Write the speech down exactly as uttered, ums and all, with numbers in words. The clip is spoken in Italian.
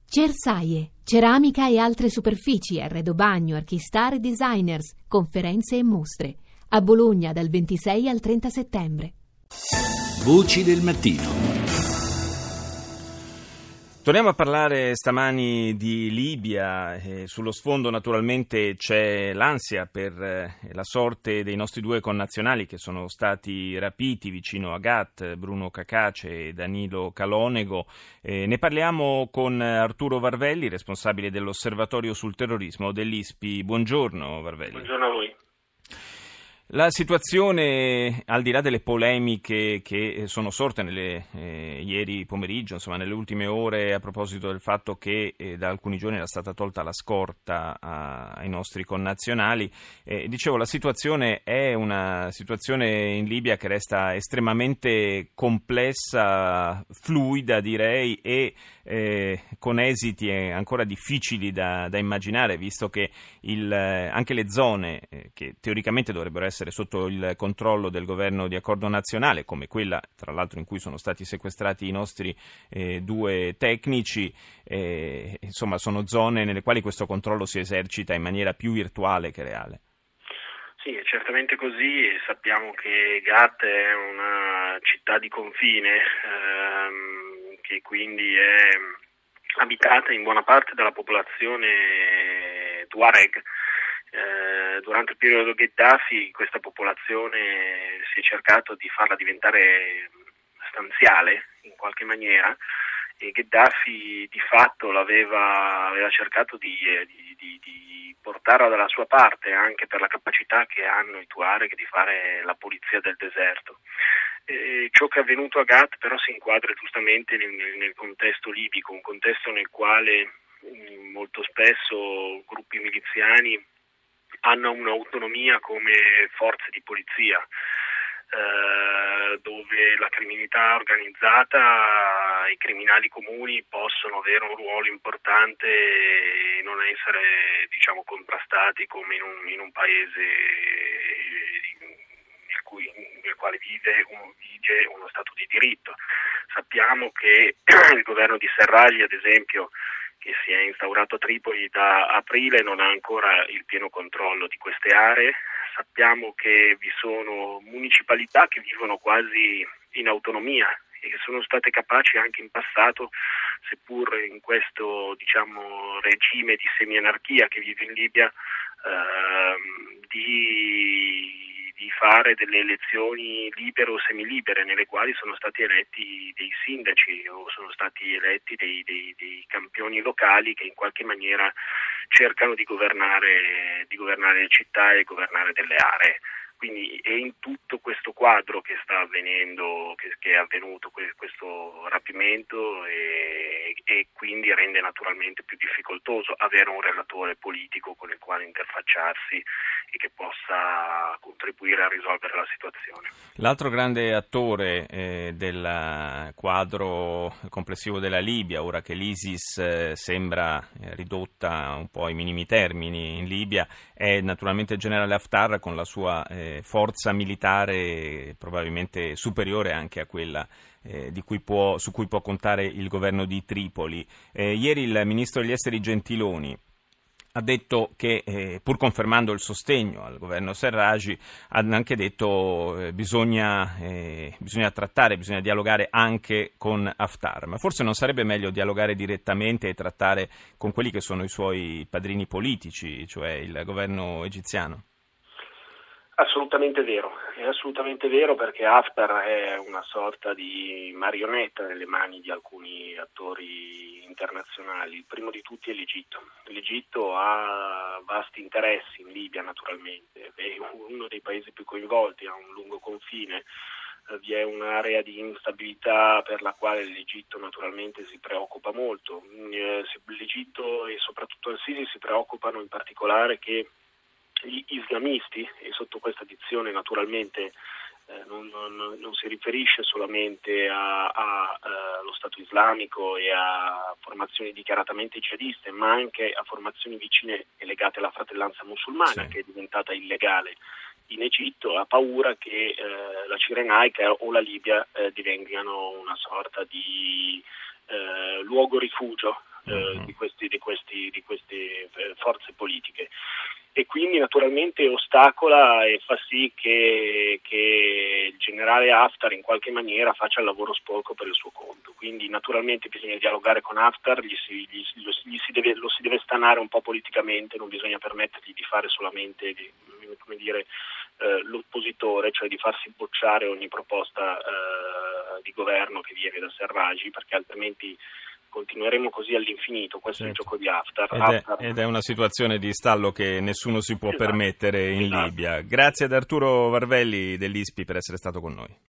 Cersaie, ceramica e altre superfici, arredo bagno, archistar e designers, conferenze e mostre. A Bologna dal ventisei al trenta settembre. Voci del mattino. Torniamo a parlare stamani di Libia. Eh, sullo sfondo naturalmente c'è l'ansia per eh, la sorte dei nostri due connazionali che sono stati rapiti vicino a Gat, Bruno Cacace e Danilo Calonego. Eh, ne parliamo con Arturo Varvelli, responsabile dell'Osservatorio sul terrorismo dell'I S P I. Buongiorno Varvelli. Buongiorno a voi. La situazione, al di là delle polemiche che sono sorte nelle, eh, ieri pomeriggio, insomma nelle ultime ore, a proposito del fatto che eh, da alcuni giorni era stata tolta la scorta a, ai nostri connazionali, eh, dicevo, la situazione è una situazione in Libia che resta estremamente complessa, fluida direi, e eh, con esiti ancora difficili da, da immaginare, visto che il, anche le zone eh, che teoricamente dovrebbero essere sotto il controllo del governo di accordo nazionale, come quella tra l'altro in cui sono stati sequestrati i nostri eh, due tecnici, eh, insomma sono zone nelle quali questo controllo si esercita in maniera più virtuale che reale. Sì, è certamente così, e sappiamo che Gat è una città di confine ehm, che quindi è abitata in buona parte dalla popolazione Tuareg. Eh, durante il periodo Gheddafi questa popolazione si è cercato di farla diventare stanziale in qualche maniera, e Gheddafi di fatto l'aveva aveva cercato di, di, di, di portarla dalla sua parte, anche per la capacità che hanno i Tuareg di fare la polizia del deserto. Eh, ciò che è avvenuto a Gat però si inquadra giustamente nel, nel contesto libico, un contesto nel quale mh, molto spesso gruppi miliziani hanno un'autonomia come forze di polizia, eh, dove la criminalità organizzata, i criminali comuni possono avere un ruolo importante e non essere, diciamo, contrastati come in un, in un paese nel, cui, nel quale vive, un, vige uno Stato di diritto. Sappiamo che il governo di Serraj, ad esempio, che si è instaurato a Tripoli da aprile, non ha ancora il pieno controllo di queste aree. Sappiamo che vi sono municipalità che vivono quasi in autonomia e che sono state capaci anche in passato, seppur in questo, diciamo, regime di semianarchia che vive in Libia, ehm, di di fare delle elezioni libere o semilibere, nelle quali sono stati eletti dei sindaci o sono stati eletti dei, dei, dei campioni locali che in qualche maniera cercano di governare, di governare le città e governare delle aree. Quindi è in tutto questo quadro che sta avvenendo, che, che è avvenuto questo rapimento, e, e quindi rende naturalmente più difficoltoso avere un relatore politico con il quale interfacciarsi e che possa contribuire a risolvere la situazione. L'altro grande attore eh, del quadro complessivo della Libia, ora che l'ISIS eh, sembra eh, ridotta un po' ai minimi termini in Libia, è naturalmente il generale Haftar, con la sua eh, forza militare probabilmente superiore anche a quella eh, di cui può, su cui può contare il governo di Tripoli. Eh, ieri il ministro degli esteri Gentiloni ha detto che, eh, pur confermando il sostegno al governo Serraj, ha anche detto che eh, bisogna, eh, bisogna trattare, bisogna dialogare anche con Haftar. Ma forse non sarebbe meglio dialogare direttamente e trattare con quelli che sono i suoi padrini politici, cioè il governo egiziano? Assolutamente vero, è assolutamente vero, perché Haftar è una sorta di marionetta nelle mani di alcuni attori internazionali. Il primo di tutti è l'Egitto. L'Egitto ha vasti interessi in Libia, naturalmente, è uno dei paesi più coinvolti, ha un lungo confine, vi è un'area di instabilità per la quale l'Egitto naturalmente si preoccupa molto. L'Egitto e soprattutto il Sisi si preoccupano in particolare che gli islamisti, e sotto questa dizione naturalmente eh, non, non, non si riferisce solamente allo Stato islamico e a formazioni dichiaratamente jihadiste, ma anche a formazioni vicine e legate alla fratellanza musulmana, sì, che è diventata illegale in Egitto, ha paura che eh, la Cirenaica o la Libia eh, divengano una sorta di eh, luogo rifugio eh, mm-hmm. di questi, di questi, di queste eh, forze politiche. E quindi naturalmente ostacola e fa sì che, che il generale Haftar in qualche maniera faccia il lavoro sporco per il suo conto. Quindi naturalmente bisogna dialogare con Haftar, gli si, gli, gli si deve, lo si deve stanare un po' politicamente, non bisogna permettergli di fare solamente di, come dire, eh, l'oppositore, cioè di farsi bocciare ogni proposta eh, di governo che viene da Serraj, perché altrimenti continueremo così all'infinito. Questo certo. è il gioco di Haftar. Ed, Haftar... È, ed è una situazione di stallo che nessuno si può esatto. permettere in esatto. Libia. Grazie ad Arturo Varvelli dell'I S P I per essere stato con noi.